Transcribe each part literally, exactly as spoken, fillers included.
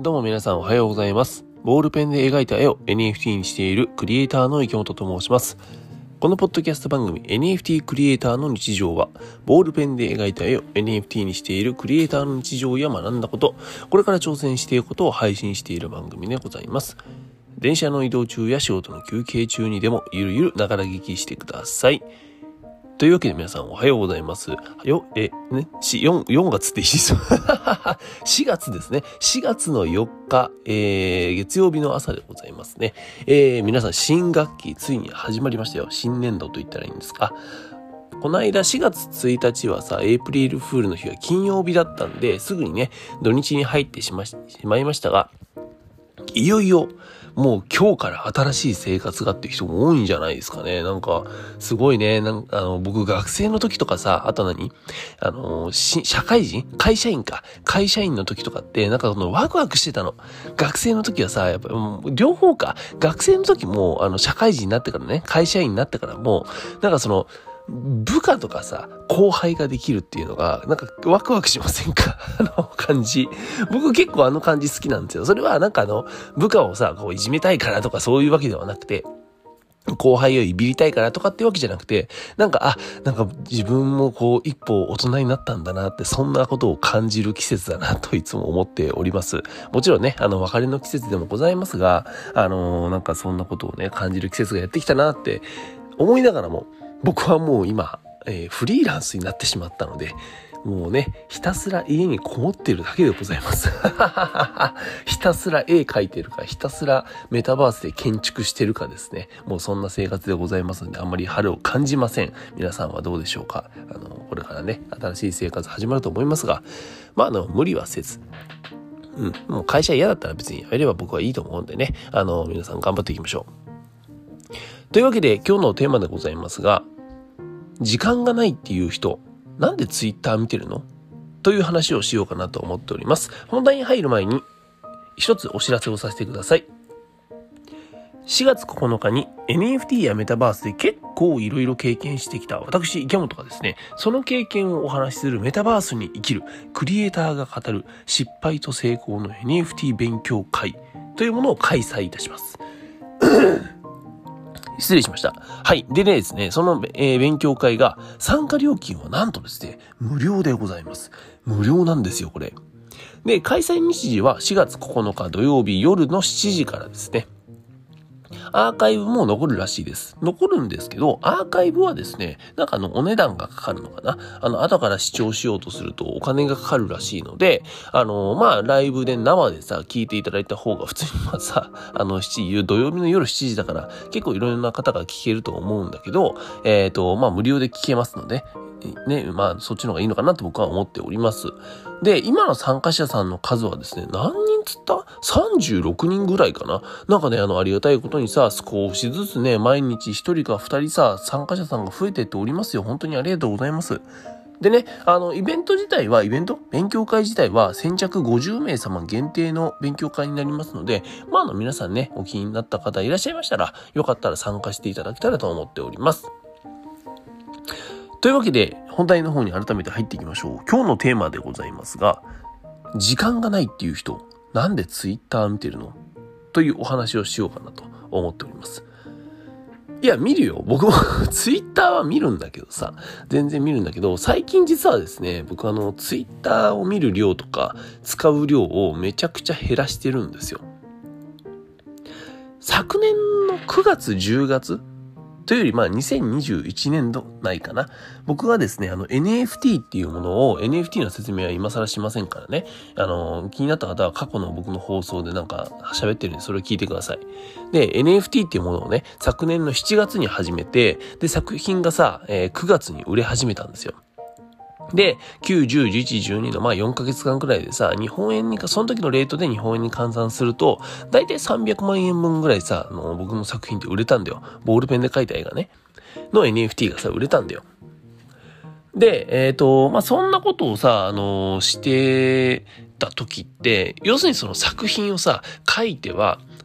どうも皆さんおはようございます。ボールペンで描いた絵を エヌエフティー にしているクリエイターの池本と申します。このポッドキャスト番組 エヌエフティー クリエイターの日常は、ボールペンで描いた絵を エヌエフティー にしているクリエイターの日常や学んだこと、これから挑戦していくことを配信している番組でございます。電車の移動中や仕事の休憩中にでもゆるゆるながら聞きしてください。というわけで皆さんおはようございます。よ、え、ね、よん、よんがつっていいですよ。しがつですね。しがつのよっか、えー、月曜日の朝でございますね。えー、皆さん新学期ついに始まりましたよ。新年度と言ったらいいんですか。この間しがつついたちはさ、エイプリルフールの日が金曜日だったんで、すぐにね、土日に入ってしまし、しまいましたが、いよいよ、もう今日から新しい生活がっていう人も多いんじゃないですかね。なんか、すごいね。なんかあの、僕学生の時とかさ、あと何あの、し、社会人会社員か。会社員の時とかって、なんかそのワクワクしてたの。学生の時はさ、やっぱりもう両方か。学生の時も、あの、社会人になってからね、会社員になってからも、なんかその、部下とかさ、後輩ができるっていうのが、なんかワクワクしませんか？あの感じ。僕結構あの感じ好きなんですよ。それはなんかあの、部下をさ、こういじめたいからとかそういうわけではなくて、後輩をいびりたいからとかっていうわけじゃなくて、なんか、あ、なんか自分もこう一歩大人になったんだなって、そんなことを感じる季節だなといつも思っております。もちろんね、あの、別れの季節でもございますが、あのー、なんかそんなことをね、感じる季節がやってきたなって思いながらも、僕はもう今、えー、フリーランスになってしまったので、もうね、ひたすら家にこもってるだけでございます。ひたすら絵描いてるか、ひたすらメタバースで建築してるかですね。もうそんな生活でございますので、あんまり春を感じません。皆さんはどうでしょうか？あの、これからね、新しい生活始まると思いますが、まあ、あの、無理はせず。うん、もう会社嫌だったら別にやめれば僕はいいと思うんでね、あの、皆さん頑張っていきましょう。というわけで、今日のテーマでございますが、時間がないっていう人、なんでツイッター見てるの？という話をしようかなと思っております。本題に入る前に一つお知らせをさせてください。しがつここのかに エヌエフティー やメタバースで結構いろいろ経験してきた私池本がですね、その経験をお話しするメタバースに生きるクリエイターが語る失敗と成功の エヌエフティー 勉強会というものを開催いたします。失礼しました。はい。でねですね、その、えー、勉強会が参加料金はなんとですね、無料でございます。無料なんですよ、これ。で、開催日時はしがつここのか土曜日夜のしちじからですね。アーカイブも残るらしいです。残るんですけど、アーカイブはですね、なんかあの、お値段がかかるのかな。あの、後から視聴しようとするとお金がかかるらしいので、あの、まあ、ライブで生でさ、聞いていただいた方が普通にまあさ、あの、しちじ、土曜日の夜しちじだから、結構いろんな方が聞けると思うんだけど、えっと、まあ、無料で聞けますので、ね、まあ、そっちの方がいいのかなと僕は思っております。で、今の参加者さんの数はですね、何人つった ?さんじゅうろくにんぐらいかな。なんかね、あの、ありがたいことにさ、少しずつね、毎日ひとりかふたりさ、参加者さんが増えてっておりますよ。本当にありがとうございます。でね、あの、イベント自体は、イベント勉強会自体は先着ごじゅうめいさま限定の勉強会になりますので、まあ、あの、皆さんね、お気になった方いらっしゃいましたら、よかったら参加していただけたらと思っております。というわけで、本題の方に改めて入っていきましょう。今日のテーマでございますが、時間がないっていう人、なんでツイッター見てるの？というお話をしようかなと思っております。いや、見るよ。僕もツイッターは見るんだけどさ、全然見るんだけど、最近実はですね、僕あの、ツイッターを見る量とか、使う量をめちゃくちゃ減らしてるんですよ。昨年のくがつ、じゅうがつというより、まあ、にせんにじゅういちねんどないかな。僕がですね、あの、エヌエフティー っていうものを、エヌエフティー の説明は今更しませんからね。あの、気になった方は過去の僕の放送でなんか喋ってるんで、それを聞いてください。で、エヌエフティー っていうものをね、昨年のしちがつに始めて、で、作品がさ、えー、くがつに売れ始めたんですよ。で、きゅう、じゅう、じゅういち、じゅうにのまあよんかげつかんくらいでさ、日本円にか、その時のレートで日本円に換算すると、だいたいさんびゃくまんえんぶんぐらいさ、あの僕の作品って売れたんだよ。ボールペンで描いた絵がね、の エヌエフティー がさ、売れたんだよ。で、えっと、まあ、そんなことをさ、あの、してた時って、要するにその作品をさ、書いては、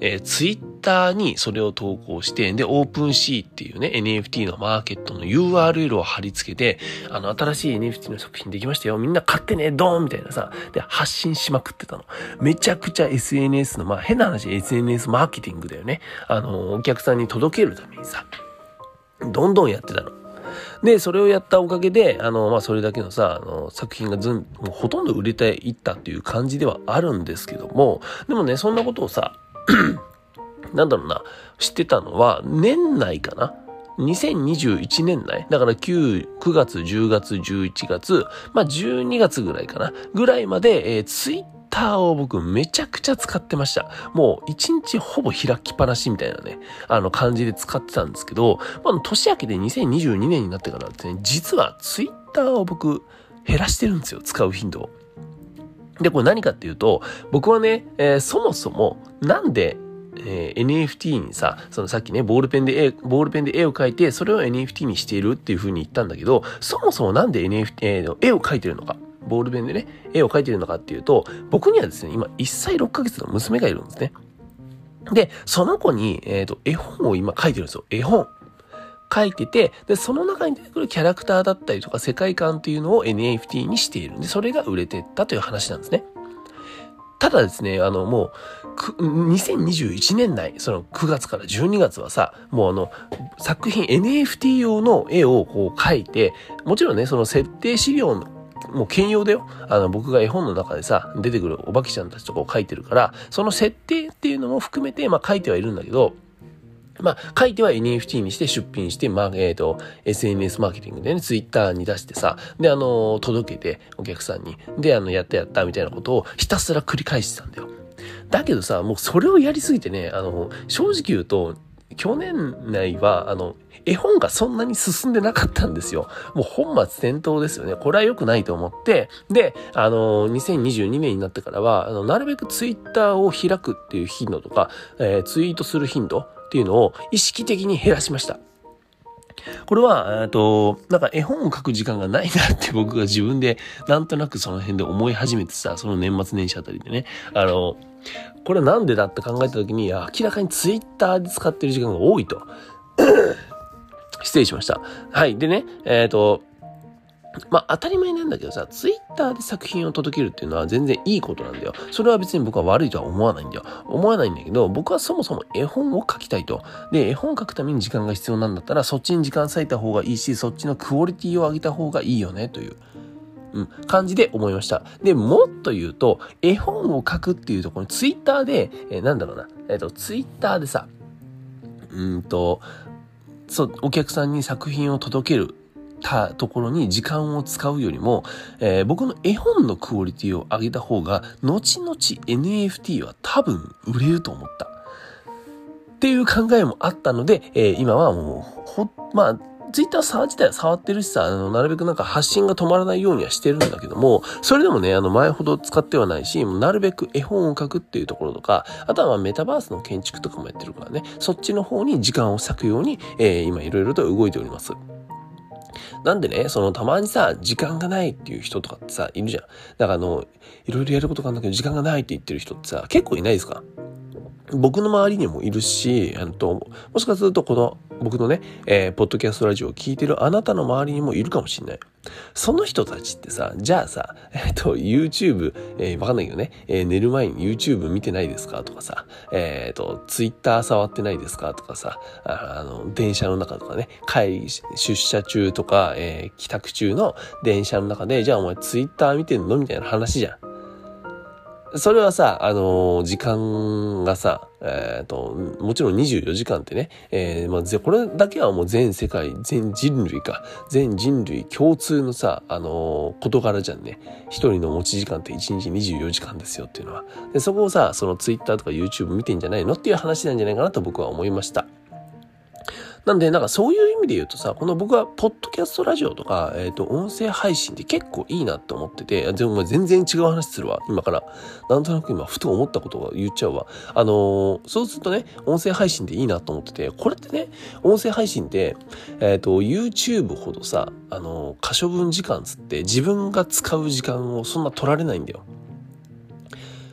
えー、ツイッターにそれを投稿して、で、オープンシーっていうね、エヌエフティー のマーケットの ユーアールエル を貼り付けて、あの、新しい エヌエフティー の作品できましたよ。みんな買ってね、ドーンみたいなさ、で、発信しまくってたの。めちゃくちゃ エスエヌエス の、まあ、変な話、エスエヌエス マーケティングだよね。あの、お客さんに届けるためにさ、どんどんやってたの。で、それをやったおかげで、あの、まあ、それだけのさ、あの、作品がずん、もうほとんど売れていったっていう感じではあるんですけども、でもね、そんなことをさ、なんだろうな、知ってたのは、年内かなにせんにじゅういちねん内だから9、くがつ、じゅうがつ、じゅういちがつ、まあ、じゅうにがつぐらいかなぐらいまで、えー、ツイッターを僕めちゃくちゃ使ってました。もう一日ほぼ開きっぱなしみたいなね、あの感じで使ってたんですけど、まあ、年明けでにせんにじゅうにねんになってからってね、実はツイッターを僕減らしてるんですよ、使う頻度を。で、これ何かっていうと、僕はね、えー、そもそもなんでえー、エヌエフティー にさ、そのさっきね、ボールペンで絵、ボールペンで絵を描いて、それを エヌエフティー にしているっていう風に言ったんだけど、そもそもなんで エヌエフティー の絵を描いてるのか、ボールペンでね、絵を描いてるのかっていうと、僕にはですね、今いっさいろっかげつの娘がいるんですね。で、その子に、えっと、絵本を今描いてるんですよ。絵本。描いてて、で、その中に出てくるキャラクターだったりとか世界観っていうのを エヌエフティー にしているんで、それが売れてったという話なんですね。ただですね、あの、もう、にせんにじゅういちねん内、そのくがつからじゅうにがつはさ、もうあの、作品、エヌエフティー 用の絵をこう描いて、もちろんね、その設定資料の、もう兼用だよ。あの、僕が絵本の中でさ、出てくるお化けちゃんたちとかを描いてるから、その設定っていうのも含めて、まあ描いてはいるんだけど、まあ、書いては エヌエフティー にして出品して、まあ、えっと、エスエヌエス マーケティングでね、ツイッターに出してさ、で、あの、届けて、お客さんに、で、あの、やったやったみたいなことをひたすら繰り返してたんだよ。だけどさ、もうそれをやりすぎてね、あの、正直言うと、去年内は、あの、絵本がそんなに進んでなかったんですよ。もう本末転倒ですよね。これは良くないと思って、で、あの、にせんにじゅうにねんになってからは、あの、なるべくツイッターを開くっていう頻度とか、えー、ツイートする頻度っていうのを意識的に減らしました。これは、えっと、なんか絵本を書く時間がないなって僕が自分でなんとなくその辺で思い始めてさ、その年末年始あたりでね、あの、これなんでだって考えた時に、明らかにツイッターで使ってる時間が多いと。失礼しました。はい。でね、えっと、まあ当たり前なんだけどさ、ツイッターで作品を届けるっていうのは全然いいことなんだよ。それは別に僕は悪いとは思わないんだよ。思わないんだけど、僕はそもそも絵本を書きたいと。で、絵本を書くために時間が必要なんだったら、そっちに時間割いた方がいいし、そっちのクオリティを上げた方がいいよね、という。うん、感じで思いました。で、もっと言うと、絵本を書くっていうところにツイッターで、えー、なんだろうな、えっと、ツイッターでさ、うんと、そう、お客さんに作品を届けるたところに時間を使うよりも、えー、僕の絵本のクオリティを上げた方が、後々 エヌエフティー は多分売れると思った。っていう考えもあったので、えー、今はもう、ほ、まあ、ツイッター触自体は触ってるしさ、あの、なるべくなんか発信が止まらないようにはしてるんだけども、それでもね、あの、前ほど使ってはないし、なるべく絵本を書くっていうところとか、あとはまあメタバースの建築とかもやってるからね、そっちの方に時間を割くように、えー、今いろいろと動いております。なんでね、そのたまにさ、時間がないっていう人とかってさ、いるじゃん。だからあの、いろいろやることがあるんだけど、時間がないって言ってる人ってさ、結構いないですか？僕の周りにもいるし、あと、もしかするとこの僕のね、えー、ポッドキャストラジオを聞いてるあなたの周りにもいるかもしれない。その人たちってさ、じゃあさ、えっと、YouTube、えー、わかんないけどね、えー、寝る前に YouTube 見てないですかとかさ、えっと、Twitter 触ってないですかとかさ、あ, あの、電車の中とかね、帰り、出社中とか、えー、帰宅中の電車の中で、じゃあお前 Twitter 見てんのみたいな話じゃん。それはさ、あのー、時間がさ、えっと、もちろんにじゅうよじかんってね、えー、まあ、これだけはもう全世界、全人類か、全人類共通のさ、あのー、事柄じゃんね。一人の持ち時間っていちにちにじゅうよじかんですよっていうのは。で、そこをさ、その Twitter とか YouTube 見てんじゃないのっていう話なんじゃないかなと僕は思いました。なんで、なんかそういう意味で言うとさ、この僕はポッドキャストラジオとか、えっと、音声配信って結構いいなって思ってて、でも全然違う話するわ、今から。なんとなく今、ふと思ったことを言っちゃうわ。あのー、そうするとね、音声配信でいいなと思ってて、これってね、音声配信って、えっと、YouTube ほどさ、あのー、可処分時間つって自分が使う時間をそんな取られないんだよ。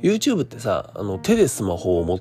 YouTube ってさ、あの手でスマホを持って、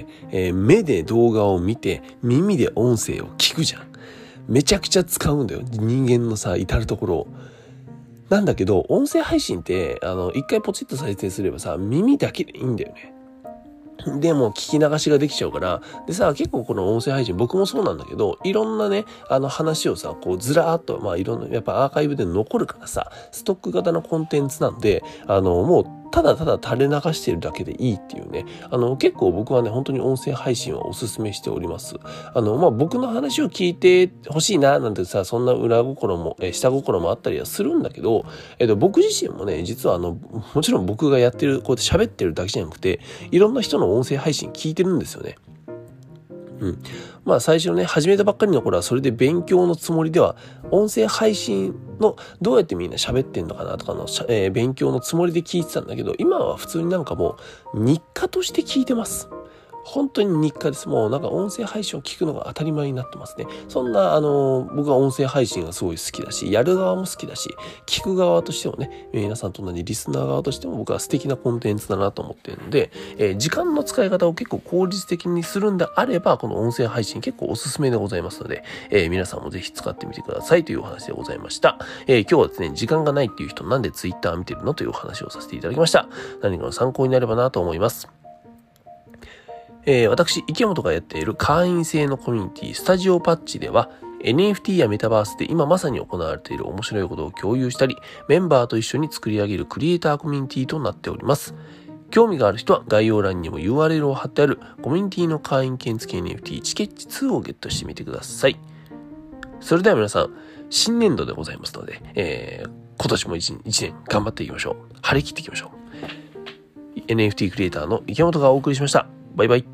えー、目で動画を見て耳で音声を聞くじゃん。めちゃくちゃ使うんだよ、人間のさ至るところを。なんだけど音声配信ってあの一回ポチッと再生すればさ、耳だけでいいんだよね。でも聞き流しができちゃうから、でさ、結構この音声配信、僕もそうなんだけど、いろんなね、あの話をさ、こうずらーっと、まあいろんな、やっぱアーカイブで残るからさ、ストック型のコンテンツなんで、あの、もう、ただただ垂れ流してるだけでいいっていうね、あの、結構僕はね、本当に音声配信はおすすめしております。あの、まあ僕の話を聞いてほしいな、なんてさ、そんな裏心も、え下心もあったりはするんだけど、えっと、僕自身もね、実はあの、もちろん僕がやってる、こうやって喋ってるだけじゃなくて、いろんな人の音声配信聞いてるんですよね。うん。まあ最初ね、始めたばっかりの頃はそれで勉強のつもりでは、音声配信のどうやってみんな喋ってんのかなとかの、えー、勉強のつもりで聞いてたんだけど、今は普通になんかもう日課として聞いてます。本当に日課です。もうなんか音声配信を聞くのが当たり前になってますね。そんなあの僕は音声配信がすごい好きだし、やる側も好きだし、聞く側としてもね、皆さんと同じリスナー側としても僕は素敵なコンテンツだなと思っているので、えー、時間の使い方を結構効率的にするんであれば、この音声配信結構おすすめでございますので、えー、皆さんもぜひ使ってみてくださいというお話でございました。えー、今日はですね、時間がないっていう人なんで Twitter 見てるのというお話をさせていただきました。何かの参考になればなと思います。えー、私、池本がやっている会員制のコミュニティ、スタジオパッチでは、エヌエフティー やメタバースで今まさに行われている面白いことを共有したり、メンバーと一緒に作り上げるクリエイターコミュニティとなっております。興味がある人は概要欄にも ユーアールエル を貼ってあるコミュニティの会員券付き エヌエフティー チケッチツーをゲットしてみてください。それでは皆さん、新年度でございますので、えー、今年も一年、一年頑張っていきましょう。張り切っていきましょう。エヌエフティー クリエイターの池本がお送りしました。バイバイ。